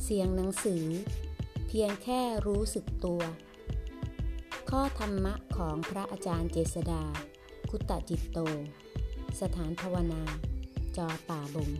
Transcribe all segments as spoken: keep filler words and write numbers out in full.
สียงหนังสือเพียงแค่รู้สึกตัวข้อธรรมะของพระอาจารย์เจษฎาคุตจิตโตสถานภาวนาจอป่าบง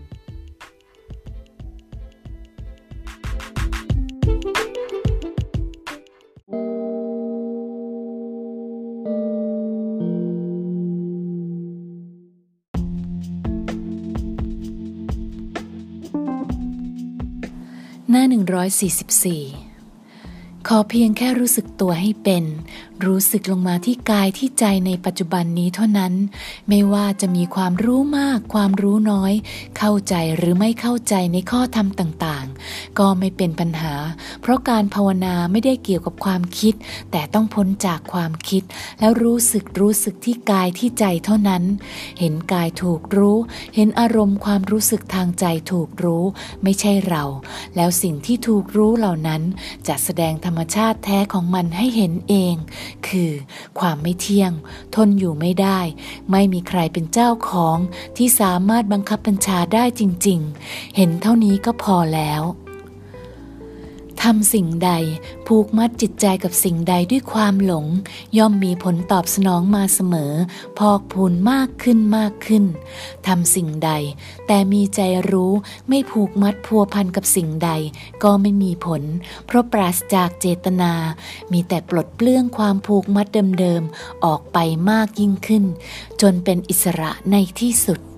หน้าหนึ่งร้อยสี่สิบสี่ขอเพียงแค่รู้สึกตัวให้เป็นรู้สึกลงมาที่กายที่ใจในปัจจุบันนี้เท่านั้นไม่ว่าจะมีความรู้มากความรู้น้อยเข้าใจหรือไม่เข้าใจในข้อธรรมต่างๆก็ไม่เป็นปัญหาเพราะการภาวนาไม่ได้เกี่ยวกับความคิดแต่ต้องพ้นจากความคิดแล้วรู้สึกรู้สึกที่กายที่ใจเท่านั้นเห็นกายถูกรู้เห็นอารมณ์ความรู้สึกทางใจถูกรู้ไม่ใช่เราแล้วสิ่งที่ถูกรู้เหล่านั้นจะแสดงธรรมชาติแท้ของมันให้เห็นเองคือความไม่เที่ยงทนอยู่ไม่ได้ไม่มีใครเป็นเจ้าของที่สามารถบังคับบัญชาได้จริงๆเห็นเท่านี้ก็พอแล้วทำสิ่งใดผูกมัดจิตใจกับสิ่งใดด้วยความหลงย่อมมีผลตอบสนองมาเสมอพอกพูนมากขึ้นมากขึ้นทำสิ่งใดแต่มีใจรู้ไม่ผูกมัดพัวพันกับสิ่งใดก็ไม่มีผลเพราะปราศจากเจตนามีแต่ปลดเปลื้องความผูกมัดเดิมๆออกไปมากยิ่งขึ้นจนเป็นอิสระในที่สุด